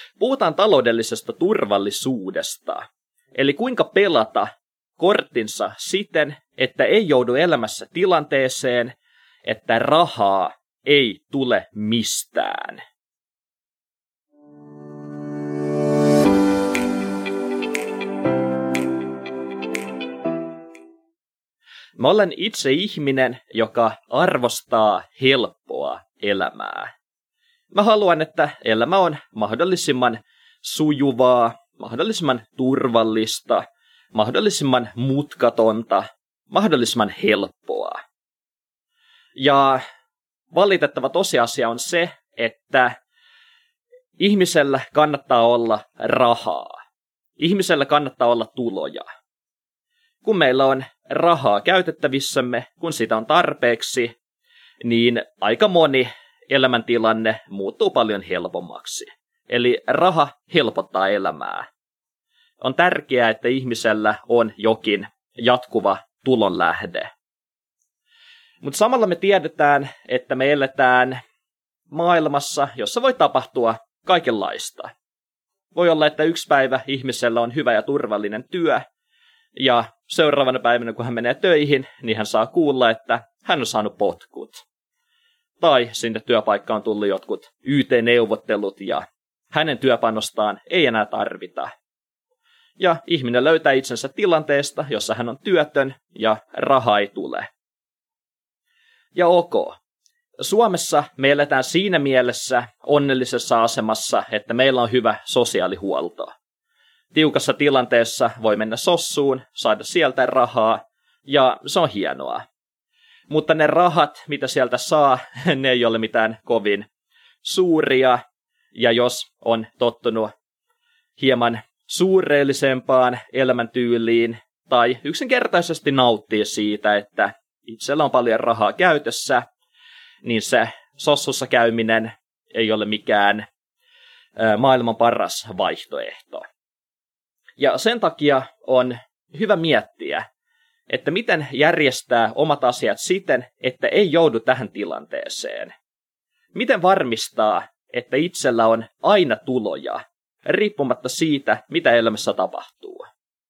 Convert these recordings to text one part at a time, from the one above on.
Puhutaan taloudellisesta turvallisuudesta, eli kuinka pelata korttinsa siten, että ei joudu elämässä tilanteeseen, että rahaa ei tule mistään. Mä olen itse ihminen, joka arvostaa helppoa elämää. Mä haluan, että elämä on mahdollisimman sujuvaa, mahdollisimman turvallista, mahdollisimman mutkatonta, mahdollisimman helppoa. Ja valitettava tosiasia on se, että ihmisellä kannattaa olla rahaa. Ihmisellä kannattaa olla tuloja. Kun meillä on rahaa käytettävissämme, kun sitä on tarpeeksi, niin aika moni elämäntilanne muuttuu paljon helpommaksi. Eli raha helpottaa elämää. On tärkeää, että ihmisellä on jokin jatkuva tulonlähde. Mutta samalla me tiedetään, että me eletään maailmassa, jossa voi tapahtua kaikenlaista. Voi olla, että yksi päivä ihmisellä on hyvä ja turvallinen työ, ja seuraavana päivänä, kun hän menee töihin, niin hän saa kuulla, että hän on saanut potkut. Tai sinne työpaikkaan on tullut jotkut YT-neuvottelut, ja hänen työpanostaan ei enää tarvita. Ja ihminen löytää itsensä tilanteesta, jossa hän on työtön ja raha ei tule. Ja ok. Suomessa me eletään siinä mielessä onnellisessa asemassa, että meillä on hyvä sosiaalihuolto. Tiukassa tilanteessa voi mennä sossuun, saada sieltä rahaa, ja se on hienoa. Mutta ne rahat, mitä sieltä saa, ne ei ole mitään kovin suuria, ja jos on tottunut hieman suureellisempaan elämäntyyliin, tai yksinkertaisesti nauttii siitä, että itsellä on paljon rahaa käytössä, niin se sossussa käyminen ei ole mikään maailman paras vaihtoehto. Ja sen takia on hyvä miettiä, että miten järjestää omat asiat siten, että ei joudu tähän tilanteeseen. Miten varmistaa, että itsellä on aina tuloja, riippumatta siitä, mitä elämässä tapahtuu.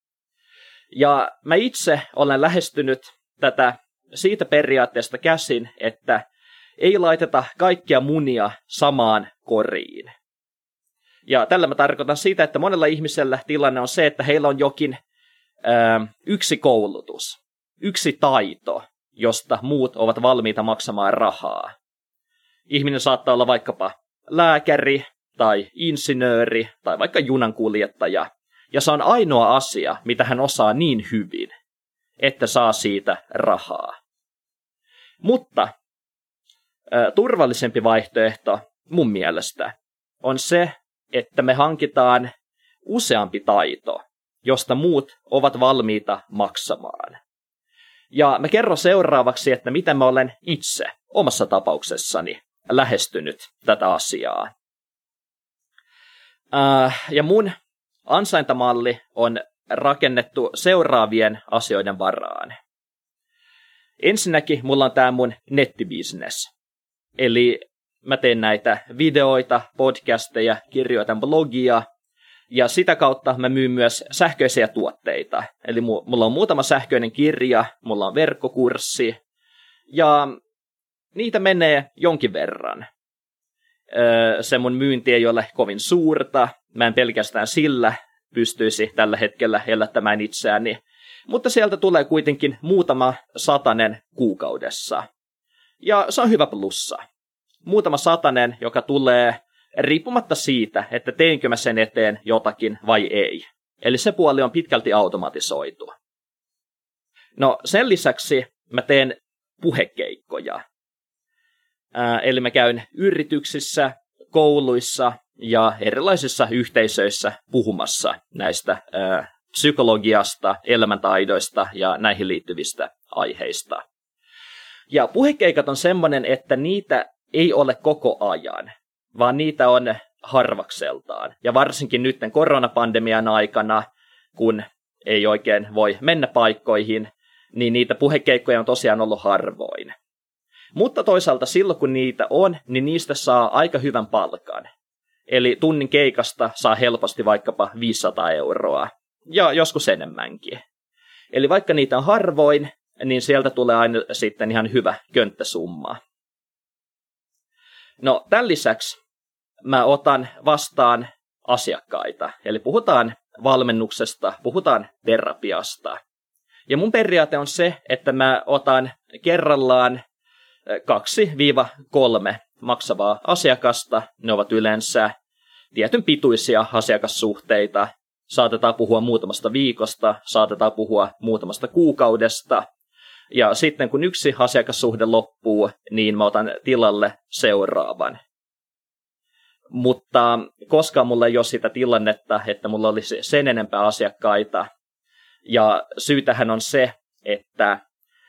Ja mä itse olen lähestynyt tätä siitä periaatteesta käsin, että ei laiteta kaikkia munia samaan koriin. Ja tällä mä tarkoitan sitä, että monella ihmisellä tilanne on se, että heillä on jokin yksi koulutus, yksi taito, josta muut ovat valmiita maksamaan rahaa. Ihminen saattaa olla vaikkapa lääkäri tai insinööri tai vaikka junankuljettaja, ja se on ainoa asia, mitä hän osaa niin hyvin, että saa siitä rahaa. Mutta turvallisempi vaihtoehto mun mielestä on se, että me hankitaan useampi taito, josta muut ovat valmiita maksamaan. Ja mä kerron seuraavaksi, että miten mä olen itse omassa tapauksessani lähestynyt tätä asiaa. Ja mun ansaintamalli on rakennettu seuraavien asioiden varaan. Ensinnäkin mulla on tää mun nettibisnes. Eli mä teen näitä videoita, podcasteja, kirjoitan blogia, ja sitä kautta mä myyn myös sähköisiä tuotteita. Eli mulla on muutama sähköinen kirja, mulla on verkkokurssi, ja niitä menee jonkin verran. Se mun myynti ei ole kovin suurta, mä en pelkästään sillä pystyisi tällä hetkellä elättämään itseäni, mutta sieltä tulee kuitenkin muutama satanen kuukaudessa. Ja se on hyvä plussa. Muutama satanen, joka tulee riippumatta siitä, että teinkö mä sen eteen jotakin vai ei. Eli se puoli on pitkälti automatisoitu. No sen lisäksi mä teen puhekeikkoja. Eli mä käyn yrityksissä, kouluissa ja erilaisissa yhteisöissä puhumassa näistä psykologiasta, elämäntaidoista ja näihin liittyvistä aiheista. Ja puhekeikat on semmoinen, että niitä ei ole koko ajan, vaan niitä on harvakseltaan. Ja varsinkin nyt koronapandemian aikana, kun ei oikein voi mennä paikkoihin, niin niitä puhekeikkoja on tosiaan ollut harvoin. Mutta toisaalta silloin, kun niitä on, niin niistä saa aika hyvän palkan. Eli tunnin keikasta saa helposti vaikkapa 500 euroa ja joskus enemmänkin. Eli vaikka niitä on harvoin, niin sieltä tulee aina sitten ihan hyvä könttäsumma. No tämän lisäksi mä otan vastaan asiakkaita. Eli puhutaan valmennuksesta, puhutaan terapiasta. Ja mun periaate on se, että mä otan kerrallaan 2-3 maksavaa asiakasta. Ne ovat yleensä tietyn pituisia asiakassuhteita. Saatetaan puhua muutamasta viikosta, saatetaan puhua muutamasta kuukaudesta. Ja sitten kun yksi asiakassuhde loppuu, niin mä otan tilalle seuraavan. Mutta koskaan mulla ei ole sitä tilannetta, että mulla olisi sen enempää asiakkaita. Ja syytähän on se, että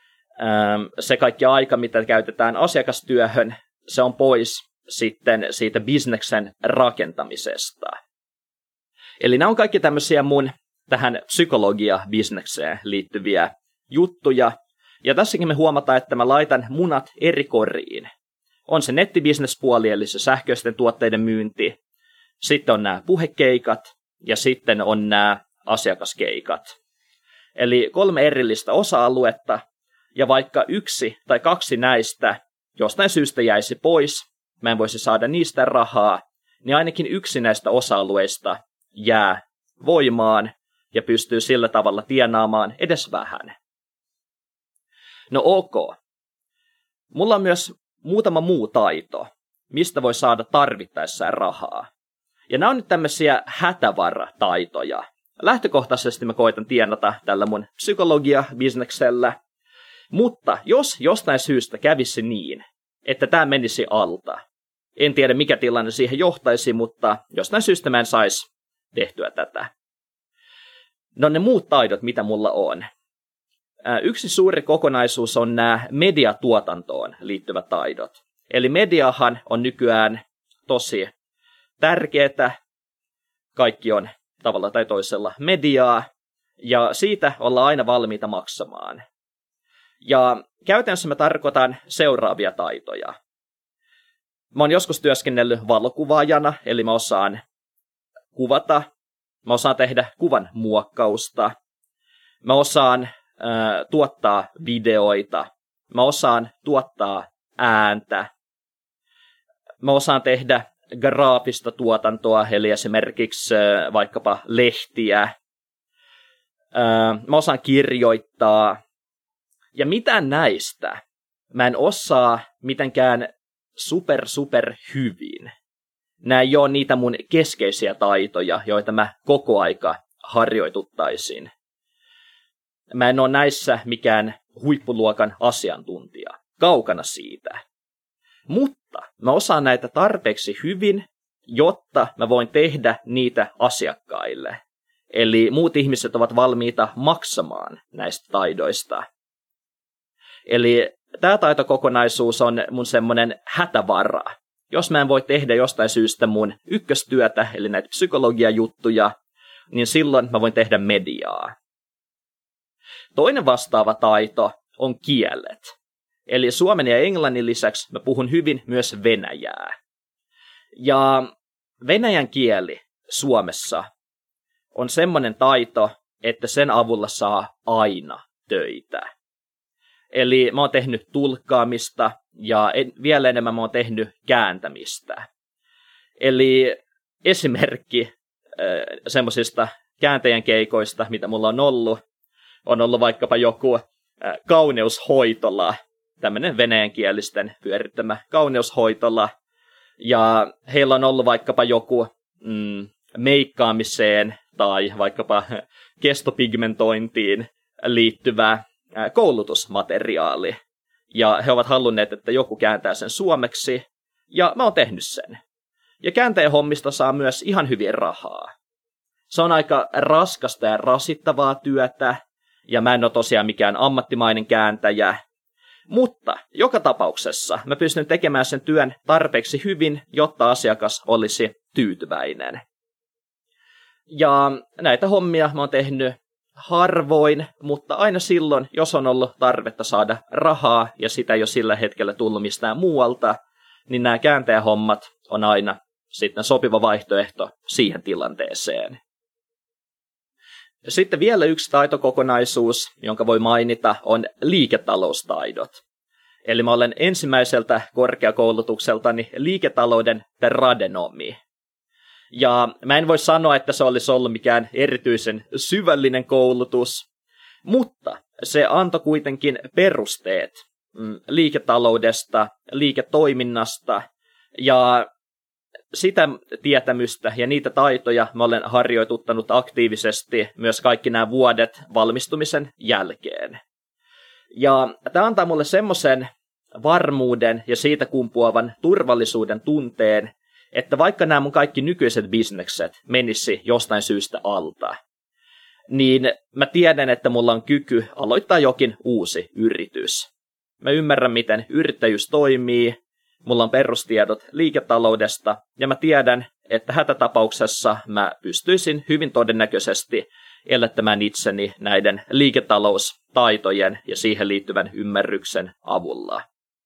se kaikki aika, mitä käytetään asiakastyöhön, se on pois sitten siitä bisneksen rakentamisesta. Eli nämä on kaikki tämmöisiä mun tähän psykologia-bisnekseen liittyviä juttuja. Ja tässäkin me huomataan, että mä laitan munat eri koriin. On se nettibisnespuoli, eli se sähköisten tuotteiden myynti. Sitten on nämä puhekeikat ja sitten on nämä asiakaskeikat. Eli 3 erillistä osa-aluetta, ja vaikka 1 tai 2 näistä jostain syystä jäisi pois, mä en voisi saada niistä rahaa, niin ainakin 1 näistä osa-alueista jää voimaan ja pystyy sillä tavalla tienaamaan edes vähän. No ok. Mulla on myös muutama muu taito, mistä voi saada tarvittaessaan rahaa. Ja nämä on nyt tämmöisiä hätävarataitoja. Lähtökohtaisesti mä koitan tienata tällä mun psykologia-bisneksellä. Mutta jos jostain syystä kävisi niin, että tämä menisi alta, en tiedä mikä tilanne siihen johtaisi, mutta jostain syystä mä en saisi tehtyä tätä. No ne muut taidot, mitä mulla on. Yksi suuri kokonaisuus on nämä mediatuotantoon liittyvät taidot. Eli mediahan on nykyään tosi tärkeää. Kaikki on tavalla tai toisella mediaa, ja siitä ollaan aina valmiita maksamaan. Ja käytännössä mä tarkoitan seuraavia taitoja. Mä oon joskus työskennellyt valokuvaajana, eli mä osaan kuvata, mä osaan tehdä kuvan muokkausta, mä osaan tuottaa videoita, mä osaan tuottaa ääntä, mä osaan tehdä graafista tuotantoa, eli esimerkiksi vaikkapa lehtiä, mä osaan kirjoittaa, ja mitään näistä mä en osaa mitenkään super hyvin. Nämä ei ole niitä mun keskeisiä taitoja, joita mä koko aika harjoituttaisin. Mä en ole näissä mikään huippuluokan asiantuntija, kaukana siitä. Mutta mä osaan näitä tarpeeksi hyvin, jotta mä voin tehdä niitä asiakkaille. Eli muut ihmiset ovat valmiita maksamaan näistä taidoista. Eli tämä taitokokonaisuus on mun semmoinen hätävara. Jos mä en voi tehdä jostain syystä mun ykköstyötä, eli näitä psykologiajuttuja, niin silloin mä voin tehdä mediaa. Toinen vastaava taito on kielet. Eli suomen ja englannin lisäksi mä puhun hyvin myös venäjää. Ja venäjän kieli Suomessa on semmoinen taito, että sen avulla saa aina töitä. Eli mä oon tehnyt tulkkaamista ja vielä enemmän mä oon tehnyt kääntämistä. Eli esimerkki semmoisista kääntäjän keikoista, mitä mulla on ollut vaikkapa joku kauneushoitola, tämmöinen venäjänkielisten pyörittämä kauneushoitola, ja heillä on ollut vaikkapa joku meikkaamiseen tai vaikkapa kestopigmentointiin liittyvä koulutusmateriaali. Ja he ovat halunneet, että joku kääntää sen suomeksi, ja mä oon tehnyt sen. Ja kääntäjän hommista saa myös ihan hyvin rahaa. Se on aika raskasta ja rasittavaa työtä, ja mä en ole tosiaan mikään ammattimainen kääntäjä. Mutta joka tapauksessa mä pystyn tekemään sen työn tarpeeksi hyvin, jotta asiakas olisi tyytyväinen. Ja näitä hommia mä oon tehnyt harvoin, mutta aina silloin, jos on ollut tarvetta saada rahaa ja sitä ei ole sillä hetkellä tullut mistään muualta, niin nämä kääntäjähommat on aina sitten sopiva vaihtoehto siihen tilanteeseen. Sitten vielä yksi taitokokonaisuus, jonka voi mainita, on liiketaloustaidot. Eli mä olen ensimmäiseltä korkeakoulutukseltani liiketalouden tradenomi. Ja mä en voi sanoa, että se olisi ollut mikään erityisen syvällinen koulutus, mutta se antoi kuitenkin perusteet liiketaloudesta, liiketoiminnasta ja sitä tietämystä ja niitä taitoja mä olen harjoituttanut aktiivisesti myös kaikki nämä vuodet valmistumisen jälkeen. Ja tämä antaa mulle semmoisen varmuuden ja siitä kumpuavan turvallisuuden tunteen, että vaikka nämä mun kaikki nykyiset bisnekset menisi jostain syystä alta, niin mä tiedän, että mulla on kyky aloittaa jokin uusi yritys. Mä ymmärrän, miten yrittäjyys toimii, mulla on perustiedot liiketaloudesta, ja mä tiedän, että hätätapauksessa mä pystyisin hyvin todennäköisesti elättämään itseni näiden liiketaloustaitojen ja siihen liittyvän ymmärryksen avulla.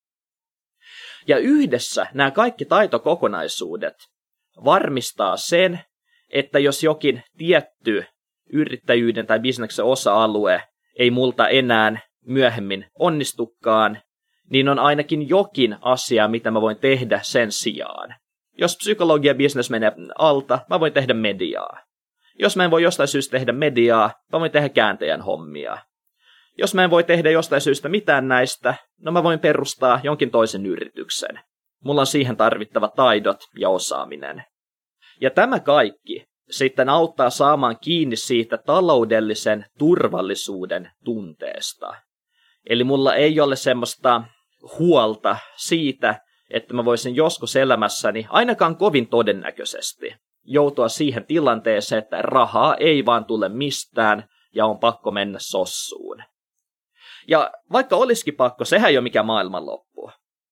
Ja yhdessä nämä kaikki taitokokonaisuudet varmistaa sen, että jos jokin tietty yrittäjyyden tai bisneksen osa-alue ei multa enää myöhemmin onnistukaan, niin on ainakin jokin asia, mitä mä voin tehdä sen sijaan. Jos psykologia business menee alta, mä voin tehdä mediaa. Jos mä en voi jostain syystä tehdä mediaa, mä voin tehdä kääntäjän hommia. Jos mä en voi tehdä jostain syystä mitään näistä, no mä voin perustaa jonkin toisen yrityksen. Mulla on siihen tarvittavat taidot ja osaaminen. Ja tämä kaikki sitten auttaa saamaan kiinni siitä taloudellisen turvallisuuden tunteesta. Eli mulla ei ole semmoista huolta siitä, että mä voisin joskus elämässäni, ainakaan kovin todennäköisesti, joutua siihen tilanteeseen, että rahaa ei vaan tule mistään ja on pakko mennä sossuun. Ja vaikka olisikin pakko, sehän ei ole mikään maailmanloppu.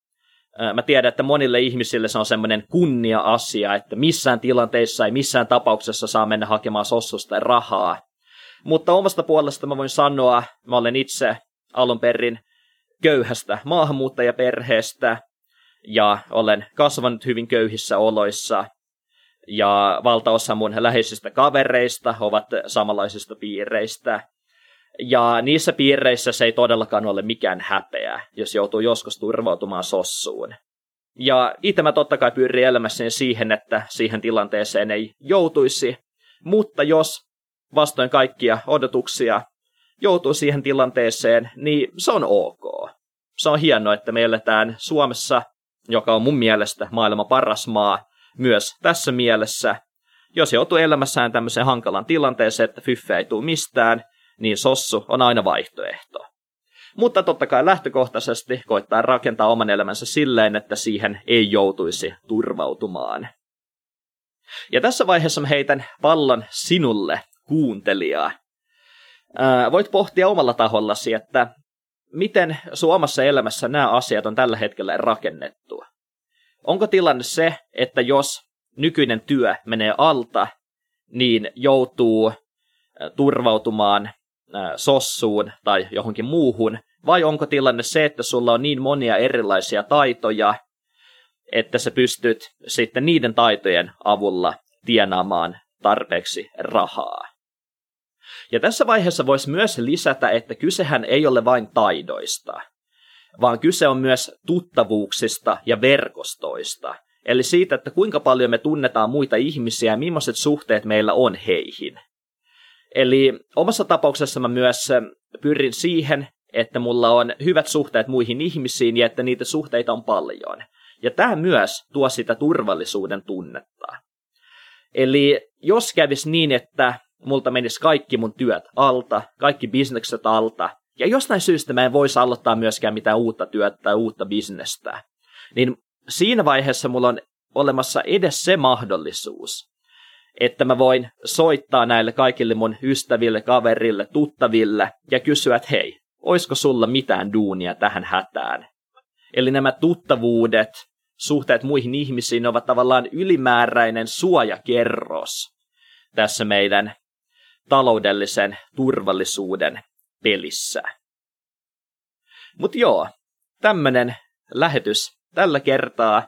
Mä tiedän, että monille ihmisille se on semmoinen kunnia-asia, että missään tilanteessa ei missään tapauksessa saa mennä hakemaan sossusta rahaa. Mutta omasta puolesta mä voin sanoa, mä olen itse alun perin köyhästä maahanmuuttajaperheestä ja olen kasvanut hyvin köyhissä oloissa. Ja valtaosa mun läheisistä kavereista ovat samanlaisista piireistä. Ja niissä piireissä se ei todellakaan ole mikään häpeä, jos joutuu joskus turvautumaan sossuun. Ja itse mä totta kai pyrin elämässäni siihen, että siihen tilanteeseen ei joutuisi. Mutta jos vastoin kaikkia odotuksia joutuu siihen tilanteeseen, niin se on ok. Se on hienoa, että me eletään Suomessa, joka on mun mielestä maailman paras maa, myös tässä mielessä. Jos joutuu elämässään tämmöiseen hankalan tilanteeseen, että fyffä ei tule mistään, niin sossu on aina vaihtoehto. Mutta totta kai lähtökohtaisesti koittaa rakentaa oman elämänsä silleen, että siihen ei joutuisi turvautumaan. Ja tässä vaiheessa mä heitän pallon sinulle, kuuntelijaa. Voit pohtia omalla tahollasi, että miten sun omassa elämässä nämä asiat on tällä hetkellä rakennettu. Onko tilanne se, että jos nykyinen työ menee alta, niin joutuu turvautumaan sossuun tai johonkin muuhun, vai onko tilanne se, että sulla on niin monia erilaisia taitoja, että sä pystyt sitten niiden taitojen avulla tienaamaan tarpeeksi rahaa. Ja tässä vaiheessa voisi myös lisätä, että kysehän ei ole vain taidoista, vaan kyse on myös tuttavuuksista ja verkostoista. Eli siitä, että kuinka paljon me tunnetaan muita ihmisiä ja millaiset suhteet meillä on heihin. Eli omassa tapauksessa mä myös pyrin siihen, että mulla on hyvät suhteet muihin ihmisiin ja että niitä suhteita on paljon. Ja tämä myös tuo sitä turvallisuuden tunnetta. Eli jos kävisi niin, että multa menisi kaikki mun työt alta, kaikki bisnekset alta, ja jostain syystä mä en voisi aloittaa myöskään mitään uutta työtä tai uutta bisnestä, niin siinä vaiheessa mulla on olemassa edes se mahdollisuus, että mä voin soittaa näille kaikille mun ystäville, kaverille, tuttaville ja kysyä, että hei, oisko sulla mitään duunia tähän hätään? Eli nämä tuttavuudet, suhteet muihin ihmisiin ovat tavallaan ylimääräinen suojakerros tässä meidän taloudellisen turvallisuuden pelissä. Mutta joo, tämmönen lähetys tällä kertaa.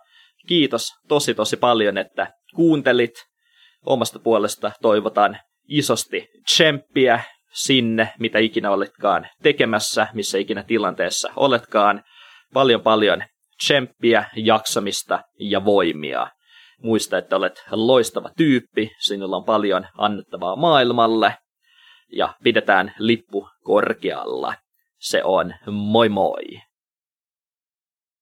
kiitos tosi paljon, että kuuntelit. Omasta puolesta toivotan isosti tsemppiä sinne, mitä ikinä olitkaan tekemässä, missä ikinä tilanteessa oletkaan. Paljon tsemppiä, jaksamista ja voimia. Muista, että olet loistava tyyppi, sinulla on paljon annettavaa maailmalle ja pidetään lippu korkealla. Se on moi moi!